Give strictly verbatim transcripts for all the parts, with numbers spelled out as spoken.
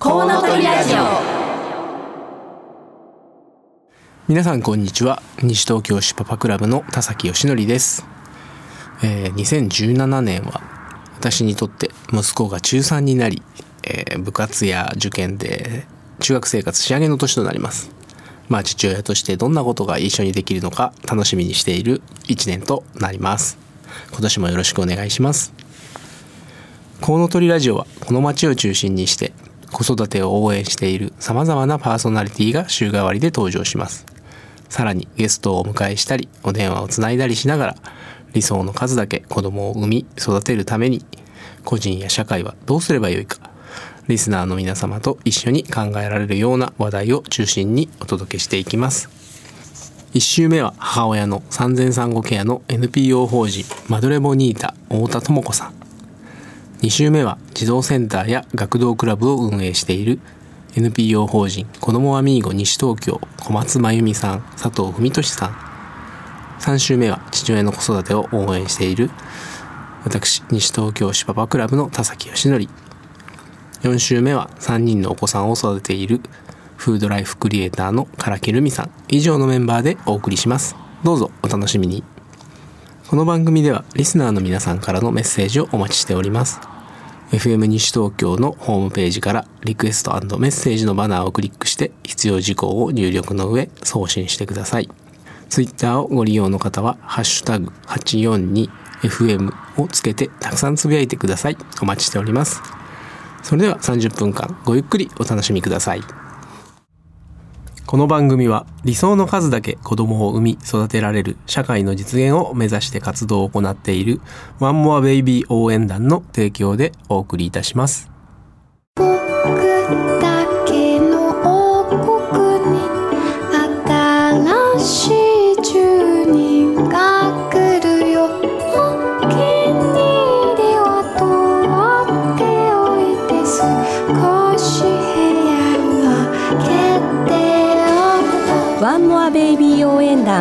コウノトリラジオ。 皆さんこんにちは。西東京市パパクラブの田崎義則です。えー、にせんじゅうななねんは私にとって息子がちゅうさんになり、えー、部活や受験で中学生活仕上げの年となります。まあ父親としてどんなことが一緒にできるのか楽しみにしているいちねんとなります。今年もよろしくお願いします。コウノトリラジオはこの町を中心にして子育てを応援しているさまざまなパーソナリティが週替わりで登場します。さらにゲストをお迎えしたりお電話をつないだりしながら、理想の数だけ子供を産み育てるために個人や社会はどうすればよいか、リスナーの皆様と一緒に考えられるような話題を中心にお届けしていきます。いち週目は母親の産前産後ケアの エヌピーオー 法人マドレボニータ太田智子さん、に週目は児童センターや学童クラブを運営している エヌピーオー 法人子どもアミーゴ西東京小松真由美さん、佐藤文俊さん、さん週目は父親の子育てを応援している私西東京市パパクラブの田崎義則、よん週目はさんにんのお子さんを育てているフードライフクリエイターの唐木留美さん、以上のメンバーでお送りします。どうぞお楽しみに。この番組ではリスナーの皆さんからのメッセージをお待ちしております。 エフエム 西東京のホームページからリクエスト&メッセージのバナーをクリックして必要事項を入力の上送信してください。ツイッターをご利用の方はハッシュタグ はちよんにエフエム をつけてたくさんつぶやいてください。お待ちしております。それではさんじゅっぷんかんごゆっくりお楽しみください。この番組は理想の数だけ子供を産み育てられる社会の実現を目指して活動を行っているワンモアベイビー応援団の提供でお送りいたします。 僕だけの王国に新しい住人が来るよ。お気に入りは取っておいて、少し部屋は決定。 ワンモアベイビー応援団。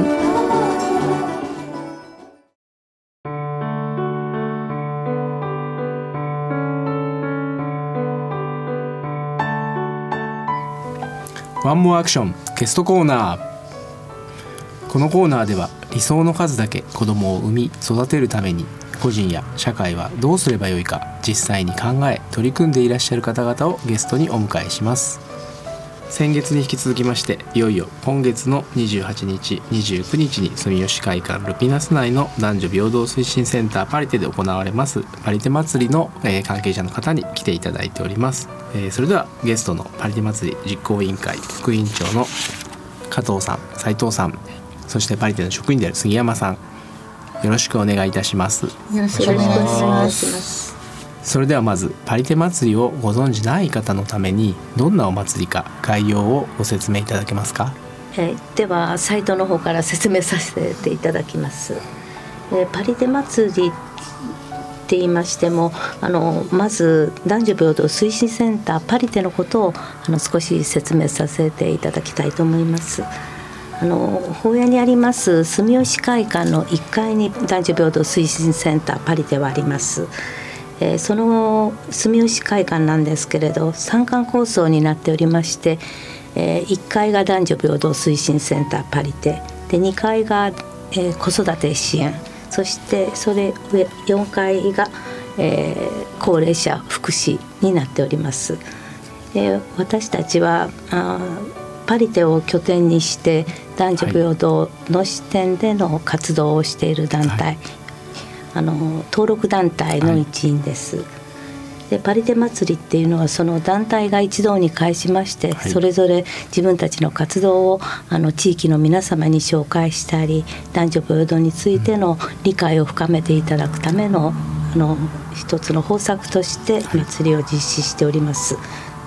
ワンモアアクションゲストコーナー。このコーナーでは理想の数だけ子供を産み育てるために個人や社会はどうすればよいか実際に考え取り組んでいらっしゃる方々をゲストにお迎えします。先月に引き続きましていよいよ今月のにじゅうはちにちにじゅうくにちに住吉会館ルピナス内の男女平等推進センターパリテで行われますパリテ祭りの、えー、関係者の方に来ていただいております。えー、それではゲストのパリテ祭り実行委員会副委員長の加藤さん、斉藤さん、そしてパリテの職員である杉山さん、よろしくお願いいたします。 よろしくお願いします。 それではまずパリテ祭りをご存じない方のためにどんなお祭りか概要をご説明いただけますか。 えー、ではサイトの方から説明させていただきます。えー、パリテ祭りって言いましてもあのまず男女平等推進センターパリテのことをあの少し説明させていただきたいと思います。あの法屋にあります住吉会館のいっかいに男女平等推進センターパリテはあります。えー、その住吉会館なんですけれど三館構想になっておりまして、えー、いっかいが男女平等推進センターパリテでにかいが、えー、子育て支援、そしてそれ上よんかいが、えー、高齢者福祉になっております。で私たちはあパリテを拠点にして男女平等の視点での活動をしている団体、はい、あの登録団体の一員です。はい、でパリテ祭りっていうのはその団体が一堂に会しまして、はい、それぞれ自分たちの活動をあの地域の皆様に紹介したり男女平等についての理解を深めていただくための、あの一つの方策として祭りを実施しております。はい、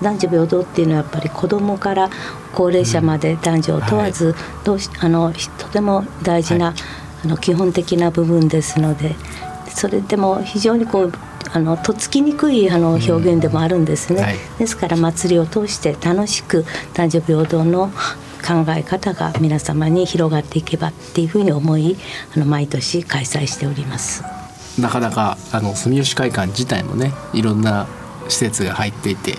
男女平等っていうのはやっぱり子どもから高齢者まで男女を問わず、うんはい、どうしあのとても大事な、はい、あの基本的な部分ですので、それでも非常にこうあのとっつきにくいあの表現でもあるんですね。うんはい、ですから祭りを通して楽しく男女平等の考え方が皆様に広がっていけばっていうふうに思い、あの毎年開催しております。 なかなかあの住吉会館自体もねいろんな施設が入っていて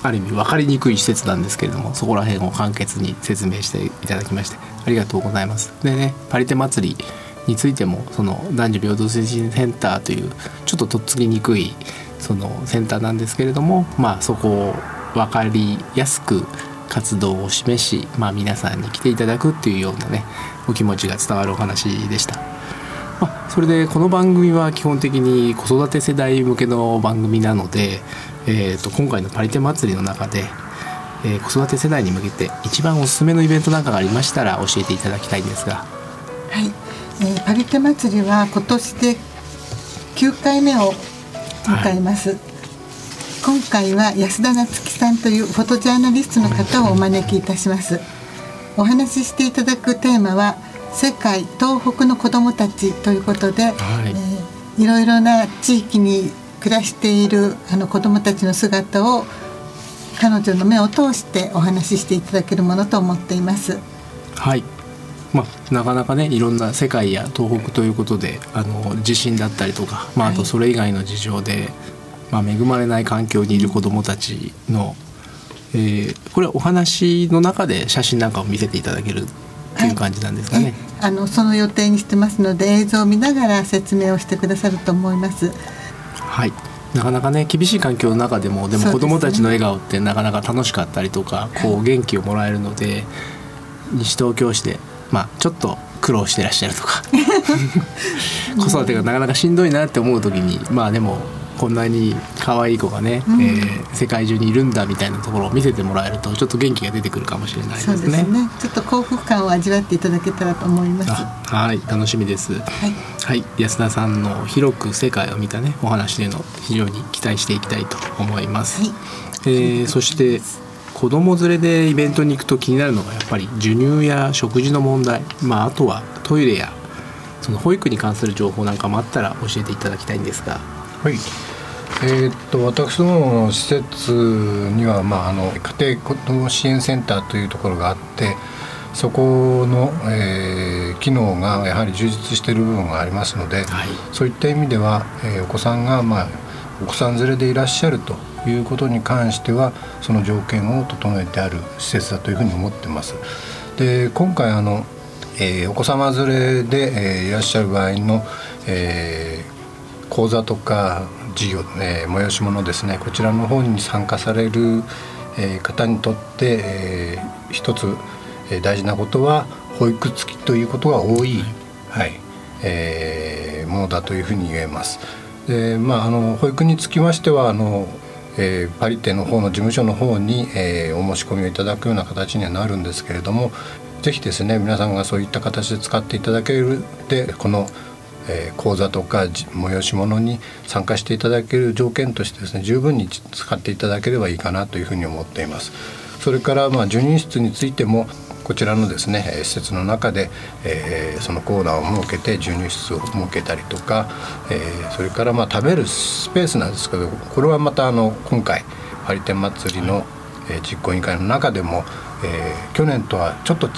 ある意味分かりにくい施設なんですけれども、そこら辺を簡潔に説明していただきましてありがとうございます。でね、パリテ祭りについてもその男女平等推進センターというちょっととっつきにくいそのセンターなんですけれども、まあそこを分かりやすく活動を示し、まあ、皆さんに来ていただくっていうようなねお気持ちが伝わるお話でした。まあ、それでこの番組は基本的に子育て世代向けの番組なので、えー、と今回のパリテ祭りの中で、えー、子育て世代に向けて一番おすすめのイベントなんかがありましたら教えていただきたいんですが。 はい、えー、パリテ祭りは今年できゅうかいめを迎えます、はい。今回は安田夏樹さんというフォトジャーナリストの方をお招きいたします。お話ししていただくテーマは世界東北の子どもたちということで、はい、えー、いろいろな地域に暮らしているあの子どもたちの姿を彼女の目を通してお話ししていただけるものと思っています。 はい、まあ、なかなかねいろんな世界や東北ということであの地震だったりとか、まあ、あとそれ以外の事情で、はい、まあ、恵まれない環境にいる子どもたちの、えー、これはお話の中で写真なんかを見せていただけるっていう感じなんですかね。はい、 あのその予定にしてますので映像を見ながら説明をしてくださると思います。 はい、なかなかね厳しい環境の中でもでも子どもたちの笑顔ってなかなか楽しかったりとか、こう元気をもらえるので、西東京市で、まあ、ちょっと苦労してらっしゃるとか子育てがなかなかしんどいなって思う時に、まあでもこんなに可愛い子がね、うん、えー、世界中にいるんだみたいなところを見せてもらえるとちょっと元気が出てくるかもしれないですね。 そうですね、ちょっと幸福感を味わっていただけたらと思います。 はい、楽しみです。はい、はい、安田さんの広く世界を見たねお話というのを非常に期待していきたいと思います。はい、えー、そして子供連れでイベントに行くと気になるのがやっぱり授乳や食事の問題、まあ、あとはトイレやその保育に関する情報なんかもあったら教えていただきたいんですが。 はい、えー、っと私どもの施設には、まあ、あの家庭子ども支援センターというところがあって、そこの、えー、機能がやはり充実している部分がありますので、はい、そういった意味では、えー、お子さんが、まあ、お子さん連れでいらっしゃるということに関してはその条件を整えてある施設だというふうに思っています。で今回あの、えー、お子様連れで、えー、いらっしゃる場合の、えー、講座とか授業、えー、催し物ですね、こちらの方に参加される、えー、方にとって、えー、一つ、えー、大事なことは保育付きということが多い、はい、えー、ものだというふうに言えます。で、まあ、あの保育につきましてはあの、えー、パリテの方の事務所の方に、えー、お申し込みをいただくような形にはなるんですけれども、ぜひですね皆さんがそういった形で使っていただけるでこのえー、講座とか催し物に参加していただける条件としてですね十分に使っていただければいいかなというふうに思っています。それから、まあ、授乳室についてもこちらのですね施設の中で、えー、そのコーナーを設けて授乳室を設けたりとか、えー、それからまあ食べるスペースなんですけど、これはまたあの今回パリテ祭りの、えー、実行委員会の中でも、えー、去年とはちょっと違った、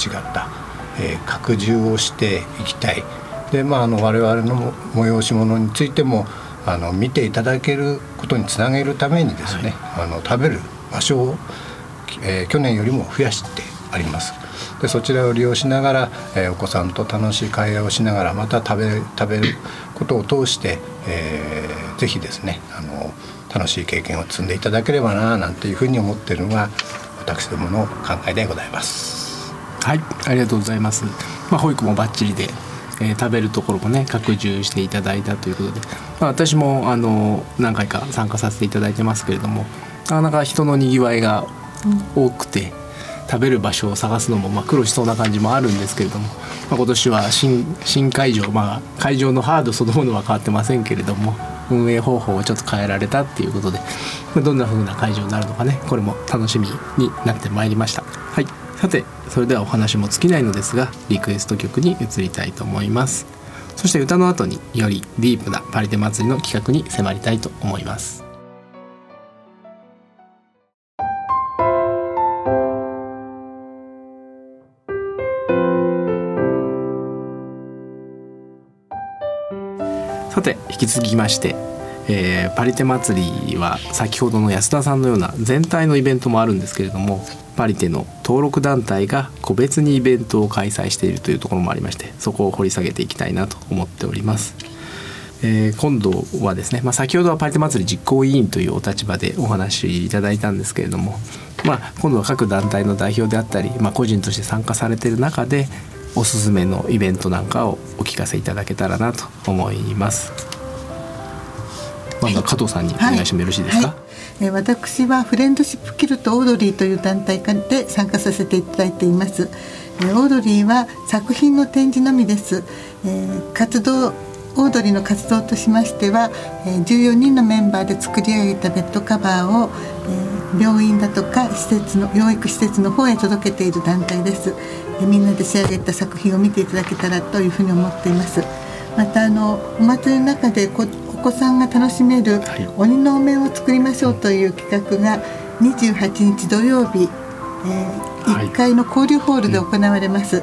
えー、拡充をしていきたい。でまあ、あの我々の催し物についてもあの見ていただけることにつなげるためにですね、はい、あの食べる場所を、えー、去年よりも増やしてあります。でそちらを利用しながら、えー、お子さんと楽しい会話をしながらまた食べ、食べることを通して、えー、ぜひですねあの楽しい経験を積んでいただければななんていうふうに思っているのが私どもの考えでございます。 はい、ありがとうございます。まあ、保育もバッチリでえー、食べるところもね拡充していただいたということで、まあ、私もあの何回か参加させていただいてますけれども、なかなか人のにぎわいが多くて、うん、食べる場所を探すのもまあ苦労しそうな感じもあるんですけれども、まあ、今年は 新, 新会場、まあ、会場のハードそのものは変わってませんけれども運営方法をちょっと変えられたっていうことで、まあ、どんな風な会場になるのかね、これも楽しみになってまいりました。はい、さてそれではお話も尽きないのですがリクエスト曲に移りたいと思います。そして歌の後によりディープなパリテ祭りの企画に迫りたいと思います。さて引き続きまして、 えー、パリテ祭りは先ほどの安田さんのような全体のイベントもあるんですけれども、パリテの登録団体が個別にイベントを開催しているというところもありまして、そこを掘り下げていきたいなと思っております。えー、今度はですね、まあ、先ほどはパリテ祭り実行委員というお立場でお話しいただいたんですけれども、まあ、今度は各団体の代表であったり、まあ、個人として参加されている中でおすすめのイベントなんかをお聞かせいただけたらなと思います。まずは加藤さんにお願いしてもよろしいですか。 はいはい、えー、私はフレンドシップキルトオードリーという団体で参加させていただいています。えー、オードリーは作品の展示のみです。えー、活動オードリーの活動としましては、えー、じゅうよにんのメンバーで作り上げたベッドカバーを、えー、病院だとか施設の養育施設の方へ届けている団体です。えー、みんなで仕上げた作品を見ていただけたらというふうに思っています。またあのお祭りの中でこお子さんが楽しめる鬼のお面を作りましょうという企画がにじゅうはちにち土曜日、えー、いっかいの交流ホールで行われます。はい、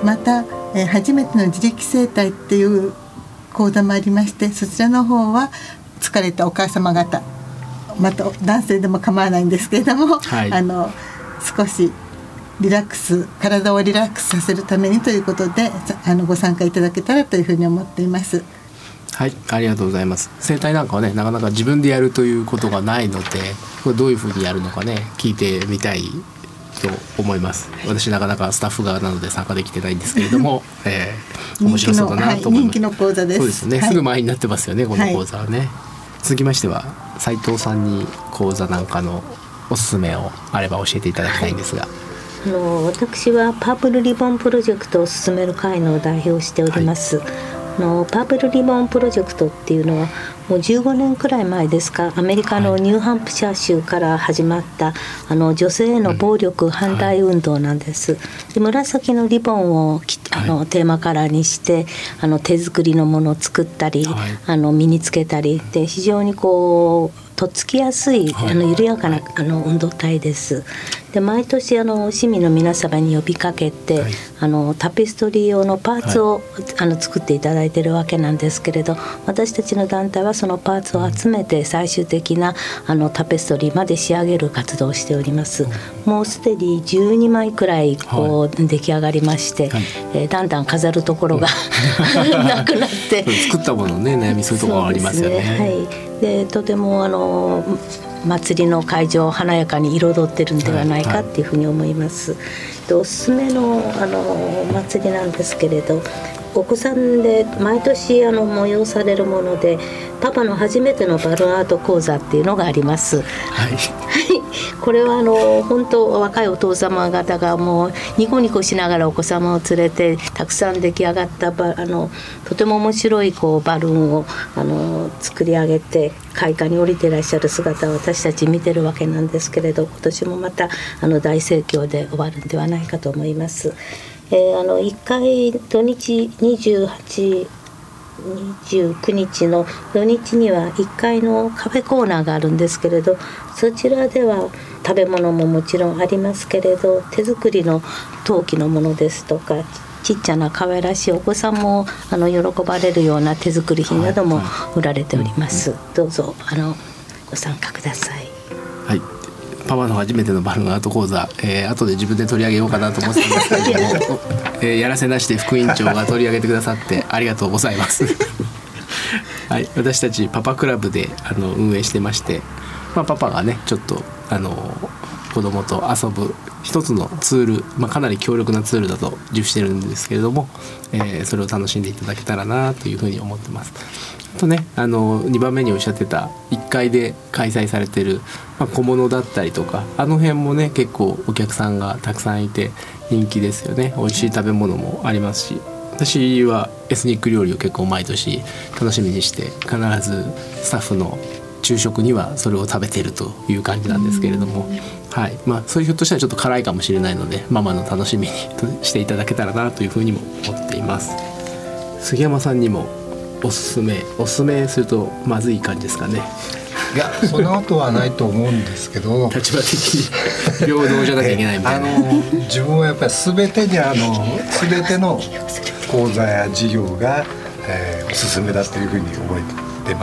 また、えー、初めての自力整体っていう講座もありまして、そちらの方は疲れたお母様方、また男性でも構わないんですけれども、はい、あの少しリラックス体をリラックスさせるためにということであのご参加いただけたらというふうに思っています。 はい、ありがとうございます。整体なんかはね、なかなか自分でやるということがないので、これどういうふうにやるのかね、聞いてみたいと思います。私なかなかスタッフ側なので参加できてないんですけれども、えー、面白そうだなと思います。 人気の講座です。 そうですね、はい、すぐ前になってますよね、この講座はね。はい、続きましては斉藤さんに講座なんかのおすすめをあれば教えていただきたいんですが。はい、 あの私はパープルリボンプロジェクトを進める会の代表をしております。はい、あのパープルリボンプロジェクトっていうのはもうじゅうごねんくらい前ですか、アメリカのニューハンプシャー州から始まったあの女性への暴力反対運動なんです。で、紫のリボンをあのテーマカラーにしてあの手作りのものを作ったり、あの身につけたりで、非常にこうとっつきやすいあの緩やかなあの運動体です。で、毎年あの市民の皆様に呼びかけて、はい、あのタペストリー用のパーツを、はい、あの作っていただいているわけなんですけれど、私たちの団体はそのパーツを集めて最終的なあのタペストリーまで仕上げる活動をしております。もうすでにじゅうにまいくらいこう、はい、出来上がりまして、はい、えー、だんだん飾るところがなくなって作ったものね、悩みするところがありますよね。 そうですね、はい、でとてもあの祭りの会場を華やかに彩ってるんではないかっていうふうに思います。はいはい、でおすすめのあの祭りなんですけれど、お子さんで毎年あの催されるもので、パパの初めてのバルーンアート講座っていうのがあります。はい、これはあの本当若いお父様方がもうニコニコしながらお子様を連れてたくさん出来上がったバあのとても面白いこうバルーンをあの作り上げて開花に降りていらっしゃる姿を私たち見てるわけなんですけれど、今年もまたあの大盛況で終わるんではないかと思います。えー、あのいっかい土日にじゅうはち、にじゅうくにちの土日にはいっかいのカフェコーナーがあるんですけれど、そちらでは食べ物ももちろんありますけれど、手作りの陶器のものですとか、ちっちゃな可愛らしいお子さんもあの喜ばれるような手作り品なども売られております。はいはい、どうぞあのご参加ください。 はい、パパの初めてのバルーンアート講座、えー、後で自分で取り上げようかなと思ってたんですけども、えー、やらせなしで副委員長が取り上げてくださってありがとうございます。はい、私たちパパクラブであの運営してまして、まあ、パパがねちょっとあの子供と遊ぶ一つのツール、まあ、かなり強力なツールだと自負してるんですけれども、えー、それを楽しんでいただけたらなというふうに思ってます。あとね、あのにばんめにおっしゃってたいっかいで開催されてる、まあ、小物だったりとか、あの辺もね結構お客さんがたくさんいて人気ですよね。美味しい食べ物もありますし、私はエスニック料理を結構毎年楽しみにして必ずスタッフの昼食にはそれを食べているという感じなんですけれども、はい、まあそういうひょっとしたらちょっと辛いかもしれないのでママの楽しみにしていただけたらなというふうにも思っています。杉山さんにもおすすめおすすめするとまずい感じですかね。 いや、その後はないと思うんですけど立場的に平等じゃなきゃいけないみたいな。 あの自分はやっぱり全てにあの全ての講座や事業が、えー、おすすめだというふうに覚えてます。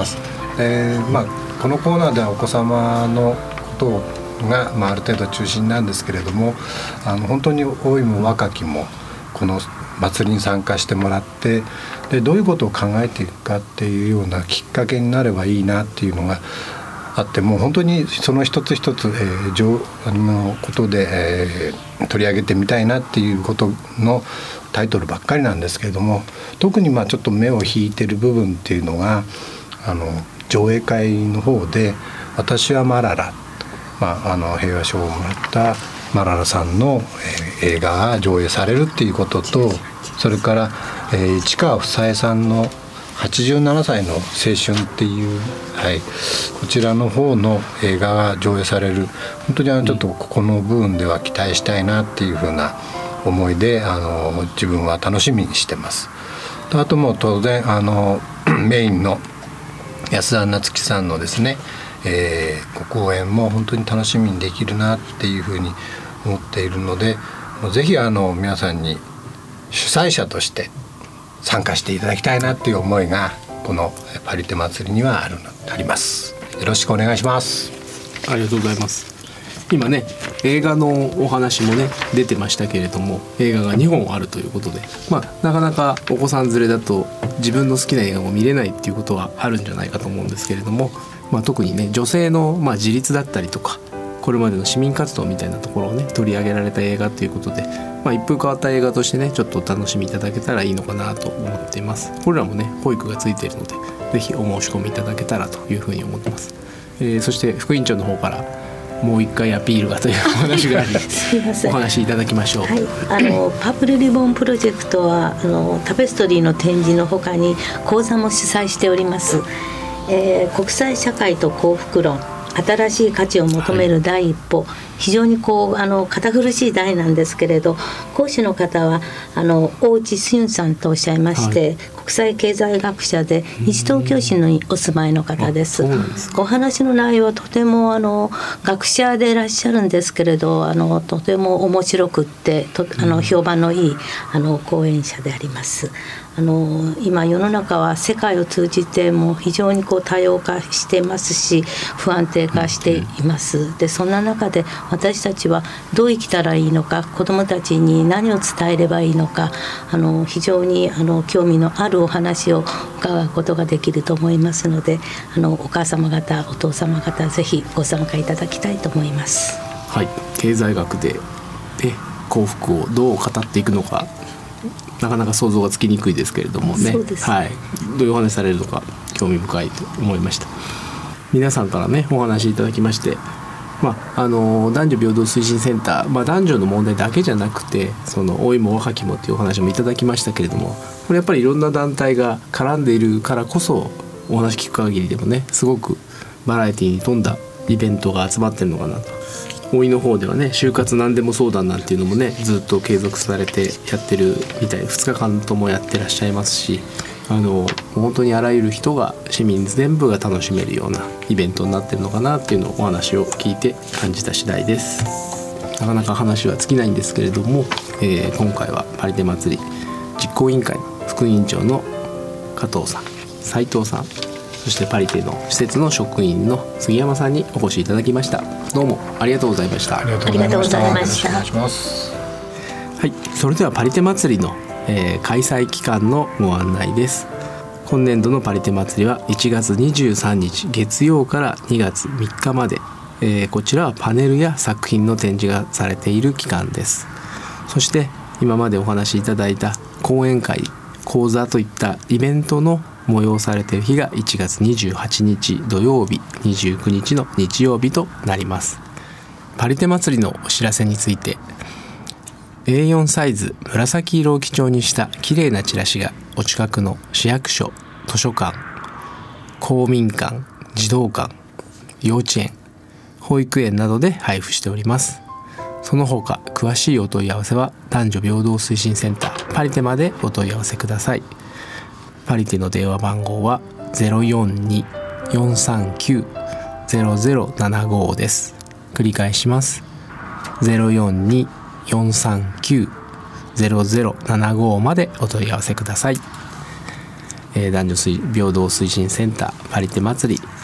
えーまあ、このコーナーではお子様のことが、まあ、ある程度中心なんですけれども、あの本当に老いも若きもこの祭りに参加してもらって、でどういうことを考えていくかっていうようなきっかけになればいいなっていうのがあって、もう本当にその一つ一つ、えー、上のことで、えー、取り上げてみたいなっていうことのタイトルばっかりなんですけれども、特にまあちょっと目を引いてる部分っていうのが、あの上映会の方で私はマララ、まあ、あの平和賞をもらったマララさんの、えー、映画が上映されるっていうことと、それから、えー、市川房枝さんのはちじゅうななさいの青春っていう、はい、こちらの方の映画が上映される。本当にあのちょっとここの部分では期待したいなっていうふうな思いで、あの自分は楽しみにしてます。あともう当然あのメインの安田夏樹さんのですね、えー、ご公演も本当に楽しみにできるなっていうふうに思っているので、もうぜひあの皆さんに主催者として参加していただきたいなっていう思いがこのパリテ祭りにはあるあります。よろしくお願いします。 ありがとうございます。今ね映画のお話もね出てましたけれども、映画がにほんあるということで、まあ、なかなかお子さん連れだと自分の好きな映画も見れないっていうことはあるんじゃないかと思うんですけれども、まあ、特にね女性のまあ自立だったりとかこれまでの市民活動みたいなところをね取り上げられた映画ということで、まあ、一風変わった映画としてねちょっとお楽しみいただけたらいいのかなと思っています。これらもね保育がついているのでぜひお申し込みいただけたらというふうに思ってます。えー、そして副委員長の方からもう一回アピールがというお話がありすいません、 お話しいただきましょう。 はい、あのパープルリボンプロジェクトはあのタペストリーの展示のほかに講座も主催しております。えー、国際社会と幸福論、新しい価値を求める第一歩、はい、非常にこうあの堅苦しい題なんですけれど、講師の方はあの大内俊さんとおっしゃいまして、はい、国際経済学者で西東京市にお住まいの方です。お話の内容はとてもあの学者でいらっしゃるんですけれど、あのとても面白くってとあの評判のいいあの講演者であります。あの今世の中は世界を通じても非常にこう多様化していますし、不安定化しています。でそんな中で私たちはどう生きたらいいのか、子どもたちに何を伝えればいいのか、あの非常にあの興味のあるお話を伺うことができると思いますので、あのお母様方お父様方ぜひご参加いただきたいと思います。 はい、経済学で、で幸福をどう語っていくのかなかなか想像がつきにくいですけれどもね、 そうですね、 はい、どういうお話されるのか興味深いと思いました。皆さんからねお話いただきまして、まあ、あの男女平等推進センター、まあ、男女の問題だけじゃなくてその老いも若きもというお話もいただきましたけれども、これやっぱりいろんな団体が絡んでいるからこそお話聞く限りでもねすごくバラエティに富んだイベントが集まってるのかなと。老いの方ではね就活何でも相談なんていうのもねずっと継続されてやってるみたい、ふつかかんともやってらっしゃいますし、あの本当にあらゆる人が市民全部が楽しめるようなイベントになってるのかなっていうのをお話を聞いて感じた次第です。なかなか話は尽きないんですけれども、えー、今回はパリテ祭り実行委員会の副委員長の加藤さん、斉藤さん、そしてパリテの施設の職員の杉山さんにお越しいただきました。どうもありがとうございました。 ありがとうございました。 ありがとうございました。 よろしくお願いします。 はい、それではパリテ祭りの、えー、開催期間のご案内です。今年度のパリテ祭りはいちがつにじゅうさんにち月曜からにがつみっかまで、えー、こちらはパネルや作品の展示がされている期間です。そして今までお話しいただいた講演会、講座といったイベントの催されている日がいちがつにじゅうはちにち土曜日、にじゅうくにちの日曜日となります。パリテ祭りのお知らせについて、 エーよん サイズ紫色を基調にした綺麗なチラシがお近くの市役所、図書館、公民館、児童館、幼稚園、保育園などで配布しております。その他詳しいお問い合わせは男女平等推進センターパリテまでお問い合わせください。パリテの電話番号は ゼロよんに よんさんきゅう ゼロゼロななご です。繰り返します。ゼロよんに よんさんきゅう ゼロゼロななご までお問い合わせください。えー、男女平等推進センターパリテ祭り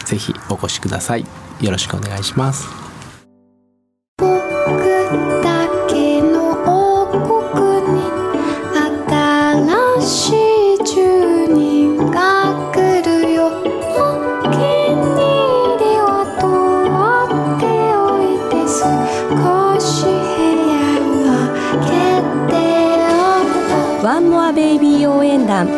ぜひお越しください。よろしくお願いします。 僕だけの王国に新しい住人が来るよ。お気に入りは取っておいて、少し部屋を開けておくとワンモアベイビー応援団。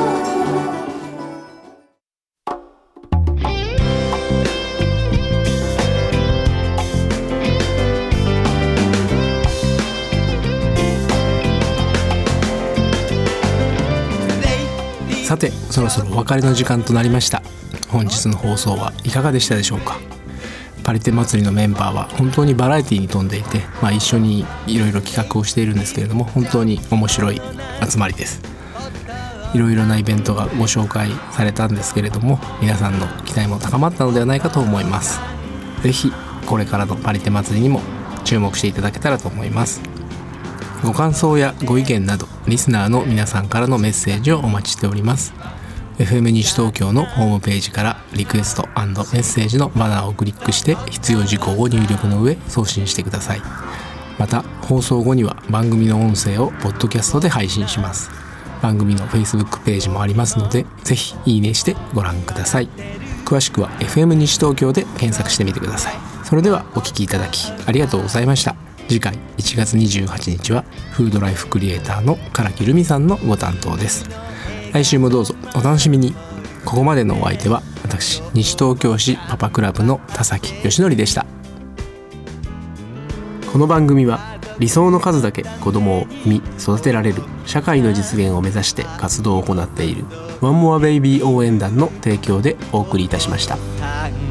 さて、そろそろお別れの時間となりました。本日の放送はいかがでしたでしょうか。パリテ祭りのメンバーは本当にバラエティに富んでいて、まあ、一緒にいろいろ企画をしているんですけれども、本当に面白い集まりです。いろいろなイベントがご紹介されたんですけれども、皆さんの期待も高まったのではないかと思います。ぜひこれからのパリテ祭りにも注目していただけたらと思います。ご感想やご意見など、リスナーの皆さんからのメッセージをお待ちしております。 エフエム 西東京のホームページからリクエスト&メッセージのバナーをクリックして必要事項を入力の上送信してください。また放送後には番組の音声をポッドキャストで配信します。番組の Facebook ページもありますので、ぜひいいねしてご覧ください。詳しくは エフエム 西東京で検索してみてください。それではお聞きいただきありがとうございました。次回いちがつにじゅうはちにちはフードライフクリエイターの唐木留美さんのご担当です。来週もどうぞお楽しみに。ここまでのお相手は私、西東京市パパクラブの田崎義則でした。この番組は理想の数だけ子供を産み育てられる社会の実現を目指して活動を行っているワンモアベイビー応援団の提供でお送りいたしました。